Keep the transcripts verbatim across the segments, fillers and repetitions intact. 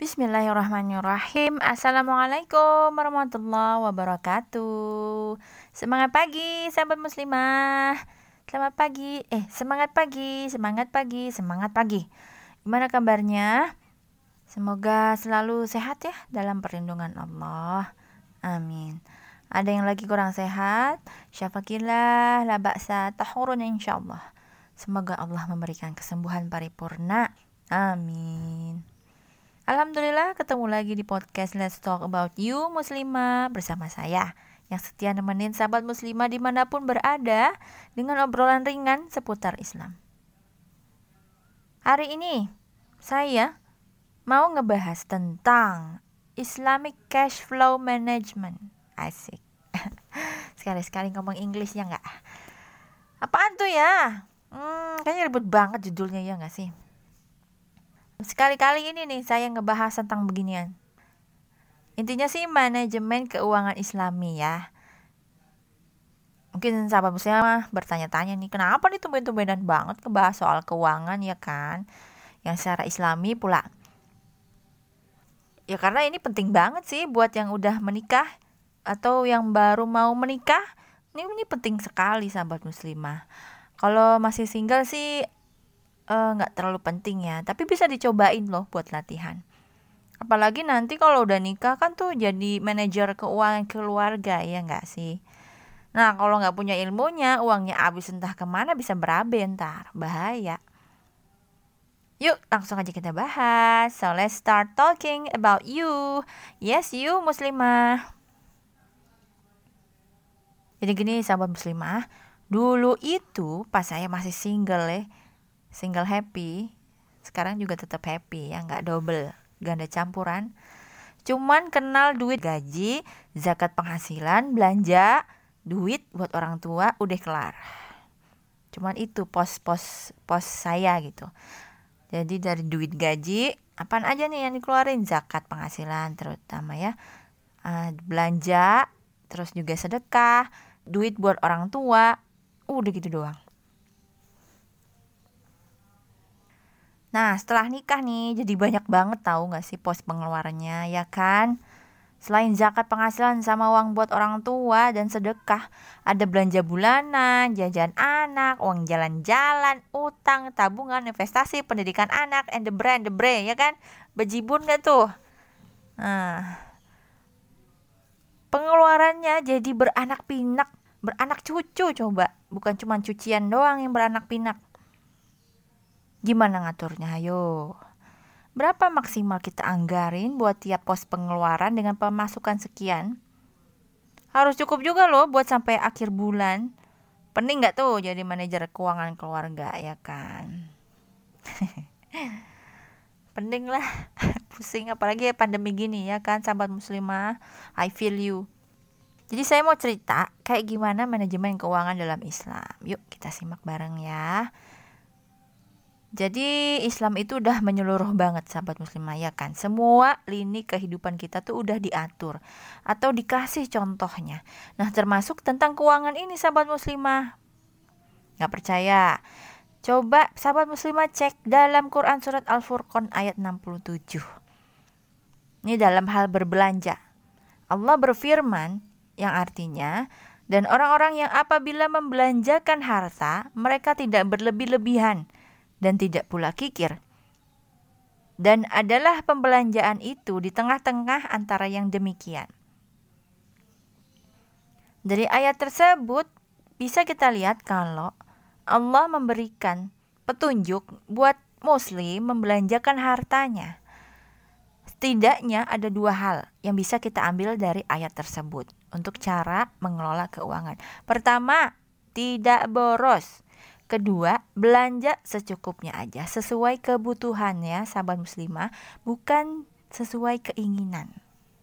Bismillahirrahmanirrahim. Assalamualaikum warahmatullahi wabarakatuh. Semangat pagi sahabat muslimah. Selamat pagi. Eh, semangat pagi, semangat pagi, semangat pagi. Gimana kabarnya? Semoga selalu sehat ya dalam perlindungan Allah. Amin. Ada yang lagi kurang sehat? Syafakillah, la ba'sa, tahurun insyaallah. Semoga Allah memberikan kesembuhan paripurna. Amin. Alhamdulillah ketemu lagi di podcast Let's Talk About You Muslimah bersama saya yang setia nemenin sahabat muslimah dimanapun berada dengan obrolan ringan seputar Islam. Hari ini saya mau ngebahas tentang Islamic Cash Flow Management. Asik. Sekali-sekali ngomong Inggris ya nggak? Apaan tuh ya? Hmm, kayaknya ribet banget judulnya ya nggak sih? Sekali-kali ini nih saya ngebahas tentang beginian. Intinya sih manajemen keuangan Islami ya. Mungkin sahabat muslimah bertanya-tanya nih, kenapa nih tumben-tumbenan banget ngebahas soal keuangan ya kan? Yang secara Islami pula. Ya karena ini penting banget sih buat yang udah menikah atau yang baru mau menikah. Ini, ini penting sekali sahabat muslimah. Kalau masih single sih nggak uh, terlalu penting ya, tapi bisa dicobain loh buat latihan. Apalagi nanti kalau udah nikah kan tuh jadi manajer keuangan keluarga ya nggak sih. Nah kalau nggak punya ilmunya, uangnya habis entah kemana, bisa berabe ntar, bahaya. Yuk langsung aja kita bahas. So let's start talking about you. Yes you muslimah. Jadi gini sahabat muslimah, dulu itu pas saya masih single ya, single happy, sekarang juga tetap happy ya, nggak double, ganda campuran. Cuman kenal duit gaji, zakat penghasilan, belanja, duit buat orang tua, udah kelar. Cuman itu pos-pos pos saya gitu. Jadi dari duit gaji, apaan aja nih yang dikeluarin? Zakat penghasilan terutama ya, uh, belanja, terus juga sedekah, duit buat orang tua, udah gitu doang. Nah setelah nikah nih jadi banyak banget tahu gak sih pos pengeluarannya ya kan. Selain zakat penghasilan sama uang buat orang tua dan sedekah, ada belanja bulanan, jajan anak, uang jalan-jalan, utang, tabungan, investasi, pendidikan anak, and the brand, the brand ya kan. Bejibun gak tuh? Nah pengeluarannya jadi beranak pinak, beranak cucu coba. Bukan cuma cucian doang yang beranak pinak. Gimana ngaturnya? Ayo. Berapa maksimal kita anggarin buat tiap pos pengeluaran dengan pemasukan sekian? Harus cukup juga loh buat sampai akhir bulan. Penting gak tuh jadi manajer keuangan keluarga ya kan? Penting lah. Pusing apalagi pandemi gini ya kan sahabat muslimah. I feel you. Jadi saya mau cerita kayak gimana manajemen keuangan dalam Islam. Yuk kita simak bareng ya. Jadi Islam itu udah menyeluruh banget sahabat muslimah ya kan. Semua lini kehidupan kita tuh udah diatur atau dikasih contohnya. Nah termasuk tentang keuangan ini sahabat muslimah. Gak percaya? Coba sahabat muslimah cek dalam Quran surat Al-Furqan ayat enam puluh tujuh. Ini dalam hal berbelanja. Allah berfirman yang artinya, dan orang-orang yang apabila membelanjakan harta, mereka tidak berlebih-lebihan dan tidak pula kikir. Dan adalah pembelanjaan itu di tengah-tengah antara yang demikian. Dari ayat tersebut bisa kita lihat kalau Allah memberikan petunjuk buat muslim membelanjakan hartanya. Setidaknya ada dua hal yang bisa kita ambil dari ayat tersebut untuk cara mengelola keuangan. Pertama, tidak boros. Kedua, belanja secukupnya aja, sesuai kebutuhan ya sahabat muslimah, bukan sesuai keinginan.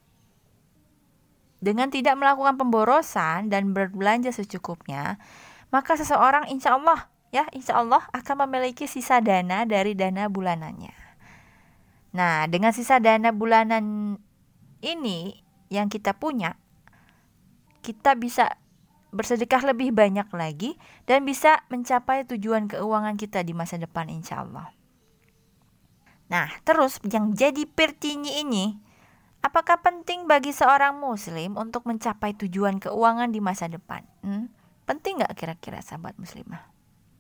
Dengan tidak melakukan pemborosan dan berbelanja secukupnya, maka seseorang insya Allah ya insya Allah akan memiliki sisa dana dari dana bulanannya. Nah, dengan sisa dana bulanan ini yang kita punya, kita bisa bersedekah lebih banyak lagi dan bisa mencapai tujuan keuangan kita di masa depan insya Allah. Nah, terus yang jadi pertinyi ini, apakah penting bagi seorang muslim untuk mencapai tujuan keuangan di masa depan? Hmm? Penting nggak kira-kira sahabat muslimah?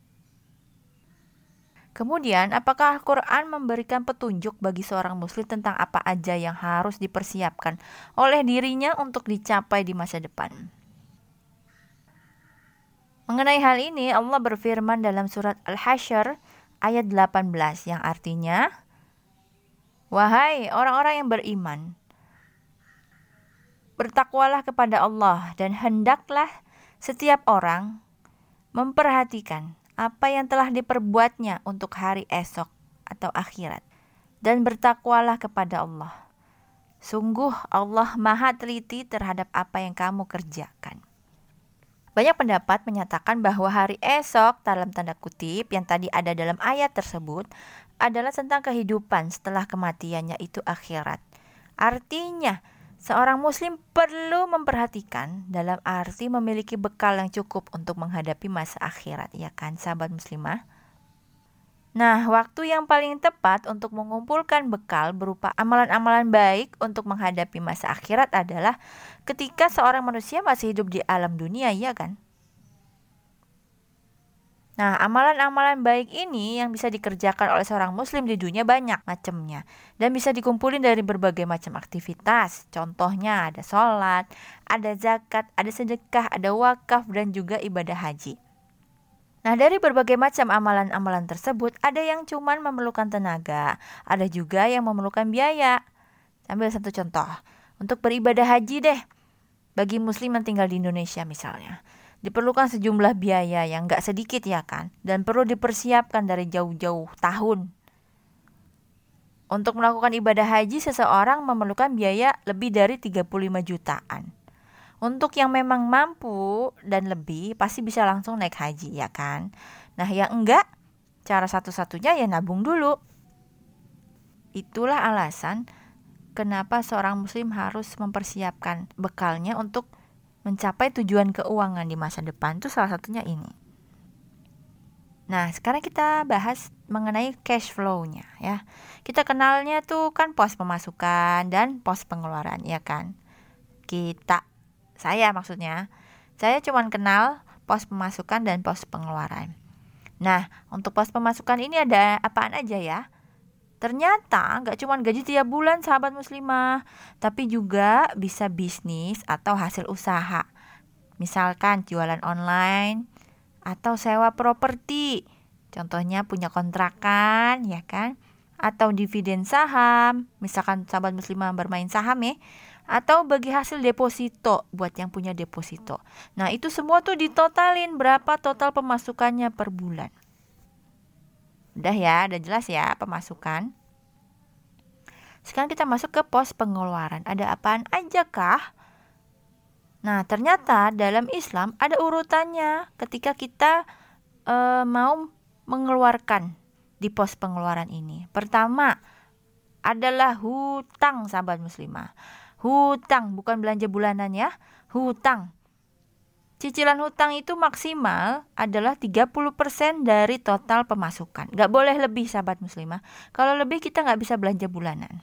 Kemudian, apakah Al-Quran memberikan petunjuk bagi seorang muslim tentang apa aja yang harus dipersiapkan oleh dirinya untuk dicapai di masa depan? Mengenai hal ini, Allah berfirman dalam surat Al-Hasyr ayat delapan belas yang artinya, wahai orang-orang yang beriman, bertakwalah kepada Allah dan hendaklah setiap orang memperhatikan apa yang telah diperbuatnya untuk hari esok atau akhirat, dan bertakwalah kepada Allah. Sungguh Allah maha teliti terhadap apa yang kamu kerjakan. Banyak pendapat menyatakan bahwa hari esok dalam tanda kutip yang tadi ada dalam ayat tersebut adalah tentang kehidupan setelah kematiannya, itu akhirat. Artinya, seorang muslim perlu memperhatikan dalam arti memiliki bekal yang cukup untuk menghadapi masa akhirat, ya kan sahabat muslimah? Nah, waktu yang paling tepat untuk mengumpulkan bekal berupa amalan-amalan baik untuk menghadapi masa akhirat adalah ketika seorang manusia masih hidup di alam dunia, ya kan? Nah, amalan-amalan baik ini yang bisa dikerjakan oleh seorang muslim di dunia banyak macamnya dan bisa dikumpulin dari berbagai macam aktivitas. Contohnya ada sholat, ada zakat, ada sedekah, ada wakaf, dan juga ibadah haji. Nah, dari berbagai macam amalan-amalan tersebut, ada yang cuman memerlukan tenaga, ada juga yang memerlukan biaya. Ambil satu contoh, untuk beribadah haji deh, bagi muslim yang tinggal di Indonesia misalnya, diperlukan sejumlah biaya yang gak sedikit, ya kan, dan perlu dipersiapkan dari jauh-jauh tahun. Untuk melakukan ibadah haji, seseorang memerlukan biaya lebih dari tiga puluh lima jutaan. Untuk yang memang mampu dan lebih, pasti bisa langsung naik haji, ya kan. Nah, yang enggak, cara satu-satunya ya nabung dulu. Itulah alasan kenapa seorang muslim harus mempersiapkan bekalnya untuk mencapai tujuan keuangan di masa depan. Itu salah satunya ini. Nah, sekarang kita bahas mengenai cash flow-nya, ya. Kita kenalnya tuh kan pos pemasukan dan pos pengeluaran, ya kan. Kita Saya maksudnya, saya cuma kenal pos pemasukan dan pos pengeluaran. Nah, untuk pos pemasukan ini ada apaan aja ya? Ternyata gak cuma gaji tiap bulan sahabat muslimah, tapi juga bisa bisnis atau hasil usaha. Misalkan jualan online atau sewa properti. Contohnya punya kontrakan, ya kan? Atau dividen saham, misalkan sahabat muslimah bermain saham ya. Atau bagi hasil deposito buat yang punya deposito. Nah, itu semua tuh ditotalin berapa total pemasukannya per bulan. Udah ya, udah jelas ya pemasukan. Sekarang kita masuk ke pos pengeluaran. Ada apaan aja kah? Nah, ternyata dalam Islam ada urutannya ketika kita e, mau mengeluarkan di pos pengeluaran ini. Pertama adalah hutang sahabat muslimah. Hutang, bukan belanja bulanan ya, hutang. Cicilan hutang itu maksimal adalah tiga puluh persen dari total pemasukan. Gak boleh lebih sahabat muslimah. Kalau lebih kita gak bisa belanja bulanan.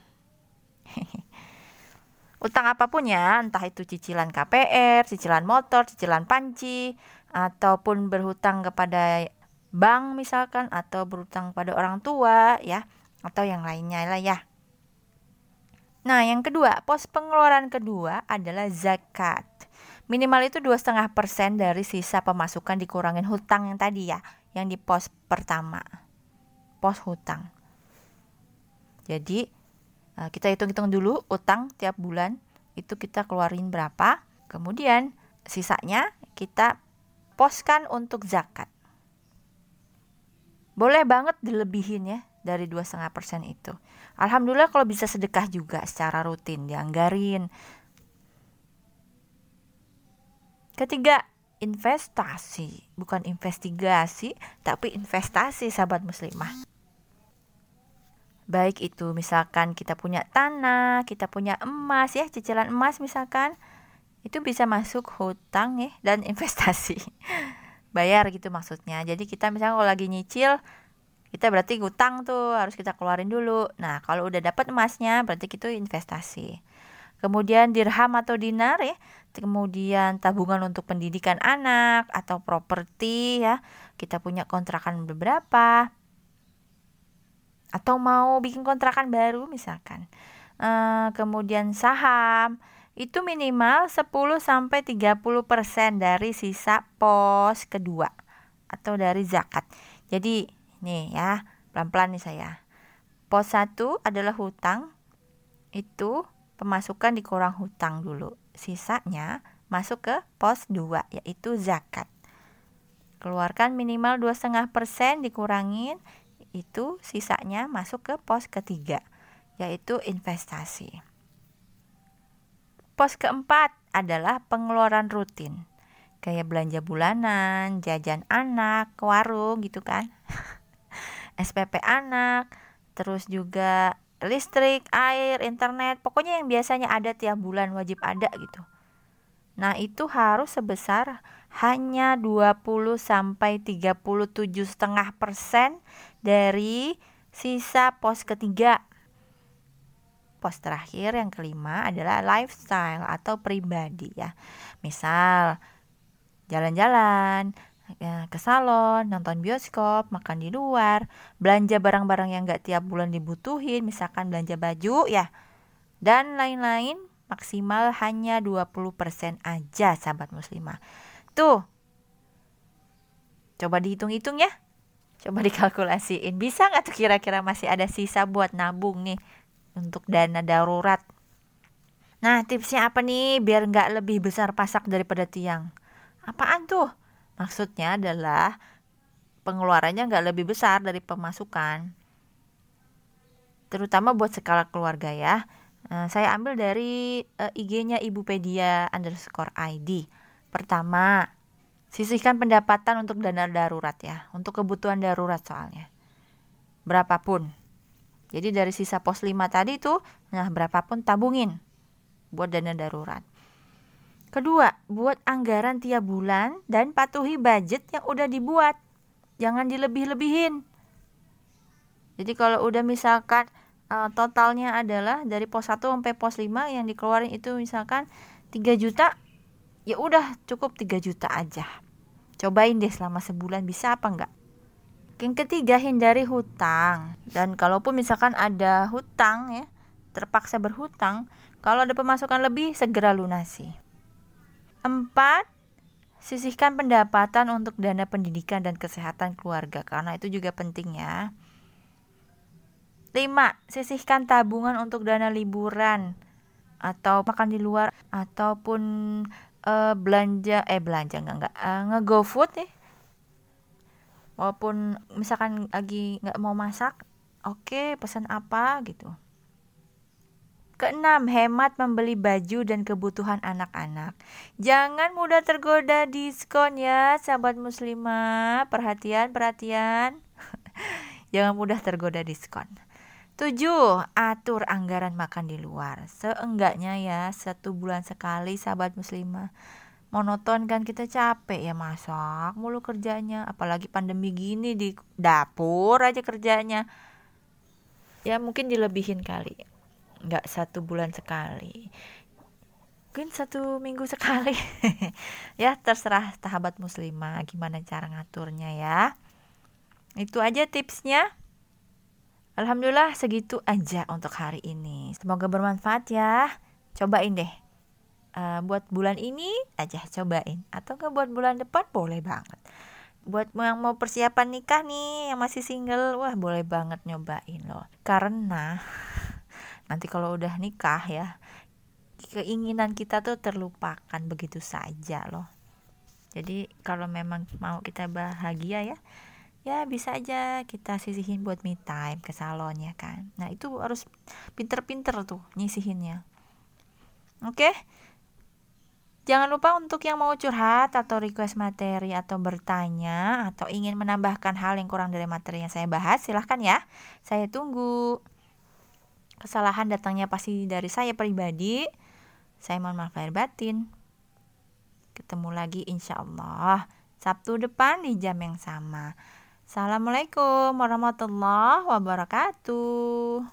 Utang apapun ya, entah itu cicilan K P R, cicilan motor, cicilan panci, ataupun berhutang kepada bank misalkan, atau berhutang pada orang tua ya, atau yang lainnya lah ya. Nah, yang kedua, pos pengeluaran kedua adalah zakat. Minimal itu dua koma lima persen dari sisa pemasukan dikurangin hutang yang tadi ya, yang di pos pertama, pos hutang. Jadi, kita hitung-hitung dulu utang tiap bulan, itu kita keluarin berapa. Kemudian, sisanya kita poskan untuk zakat. Boleh banget dilebihin ya, dari dua koma lima persen itu. Alhamdulillah kalau bisa sedekah juga secara rutin, dianggarin. Ketiga, investasi. Bukan investigasi, tapi investasi sahabat muslimah. Baik itu misalkan kita punya tanah, kita punya emas ya, cicilan emas misalkan. Itu bisa masuk hutang ya, dan investasi. Bayar gitu maksudnya. Jadi kita misalkan kalau lagi nyicil, kita berarti hutang tuh, harus kita keluarin dulu. Nah, kalau udah dapat emasnya berarti itu investasi. Kemudian dirham atau dinar ya, kemudian tabungan untuk pendidikan anak atau properti ya, kita punya kontrakan beberapa atau mau bikin kontrakan baru misalkan. Uh, kemudian saham itu minimal sepuluh sampai tiga puluh persen dari sisa pos kedua atau dari zakat. Jadi nih ya, pelan-pelan nih saya. Pos satu adalah hutang, itu pemasukan dikurang hutang dulu. Sisanya masuk ke pos dua, yaitu zakat. Keluarkan minimal dua koma lima persen dikurangin, itu sisanya masuk ke pos ketiga, yaitu investasi. Pos keempat adalah pengeluaran rutin, kayak belanja bulanan, jajan anak, ke warung gitu kan, S P P anak, terus juga listrik, air, internet, pokoknya yang biasanya ada tiap bulan wajib ada gitu. Nah, itu harus sebesar hanya dua puluh sampai tiga puluh tujuh koma lima persen dari sisa pos ketiga. Pos terakhir yang kelima adalah lifestyle atau pribadi ya. Misal jalan-jalan, ke salon, nonton bioskop, makan di luar, belanja barang-barang yang gak tiap bulan dibutuhin, misalkan belanja baju ya, dan lain-lain, maksimal hanya dua puluh persen aja sahabat muslimah. Tuh, coba dihitung-hitung ya, coba dikalkulasiin, bisa gak tuh kira-kira masih ada sisa buat nabung nih untuk dana darurat. Nah, tipsnya apa nih biar gak lebih besar pasak daripada tiang? Apaan tuh? Maksudnya adalah pengeluarannya gak lebih besar dari pemasukan, terutama buat skala keluarga ya. Nah, saya ambil dari uh, I G-nya ibupedia underscore I D. Pertama, sisihkan pendapatan untuk dana darurat ya, untuk kebutuhan darurat soalnya, berapapun. Jadi dari sisa pos lima tadi tuh, nah berapapun tabungin buat dana darurat. Kedua, buat anggaran tiap bulan dan patuhi budget yang udah dibuat. Jangan dilebih-lebihin. Jadi kalau udah misalkan uh, totalnya adalah dari pos satu sampai pos lima yang dikeluarin itu misalkan tiga juta, ya udah cukup tiga juta aja. Cobain deh selama sebulan bisa apa enggak. Yang ketiga, hindari hutang. Dan kalaupun misalkan ada hutang ya, terpaksa berhutang, kalau ada pemasukan lebih segera lunasi. Empat, sisihkan pendapatan untuk dana pendidikan dan kesehatan keluarga, karena itu juga penting ya. Lima, sisihkan tabungan untuk dana liburan atau makan di luar ataupun uh, belanja eh belanja enggak enggak uh, nge-go food ya. Walaupun misalkan lagi nggak mau masak, oke okay, pesan apa gitu. Keenam, hemat membeli baju dan kebutuhan anak-anak. Jangan mudah tergoda diskon ya sahabat muslimah. Perhatian, perhatian. Jangan mudah tergoda diskon. Tujuh, atur anggaran makan di luar. Seenggaknya ya satu bulan sekali sahabat muslimah. Monoton kan, kita capek ya masak mulu kerjanya, apalagi pandemi gini di dapur aja kerjanya. Ya mungkin dilebihin kali, nggak satu bulan sekali, mungkin satu minggu sekali. Ya terserah sahabat muslimah gimana cara ngaturnya ya. Itu aja tipsnya. Alhamdulillah segitu aja untuk hari ini, semoga bermanfaat ya. Cobain deh. Uh, buat bulan ini aja cobain, atau enggak buat bulan depan boleh banget. Buat yang mau persiapan nikah nih, yang masih single, wah boleh banget nyobain loh. Karena nanti kalau udah nikah ya, keinginan kita tuh terlupakan begitu saja loh. Jadi kalau memang mau kita bahagia ya, ya bisa aja kita sisihin buat me time ke salon ya kan. Nah itu harus pinter-pinter tuh nyisihinnya. Oke, jangan lupa untuk yang mau curhat atau request materi atau bertanya atau ingin menambahkan hal yang kurang dari materi yang saya bahas, silahkan ya, saya tunggu. Kesalahan datangnya pasti dari saya pribadi, saya mohon maaf lahir batin. Ketemu lagi insya Allah Sabtu depan di jam yang sama. Assalamualaikum warahmatullahi wabarakatuh.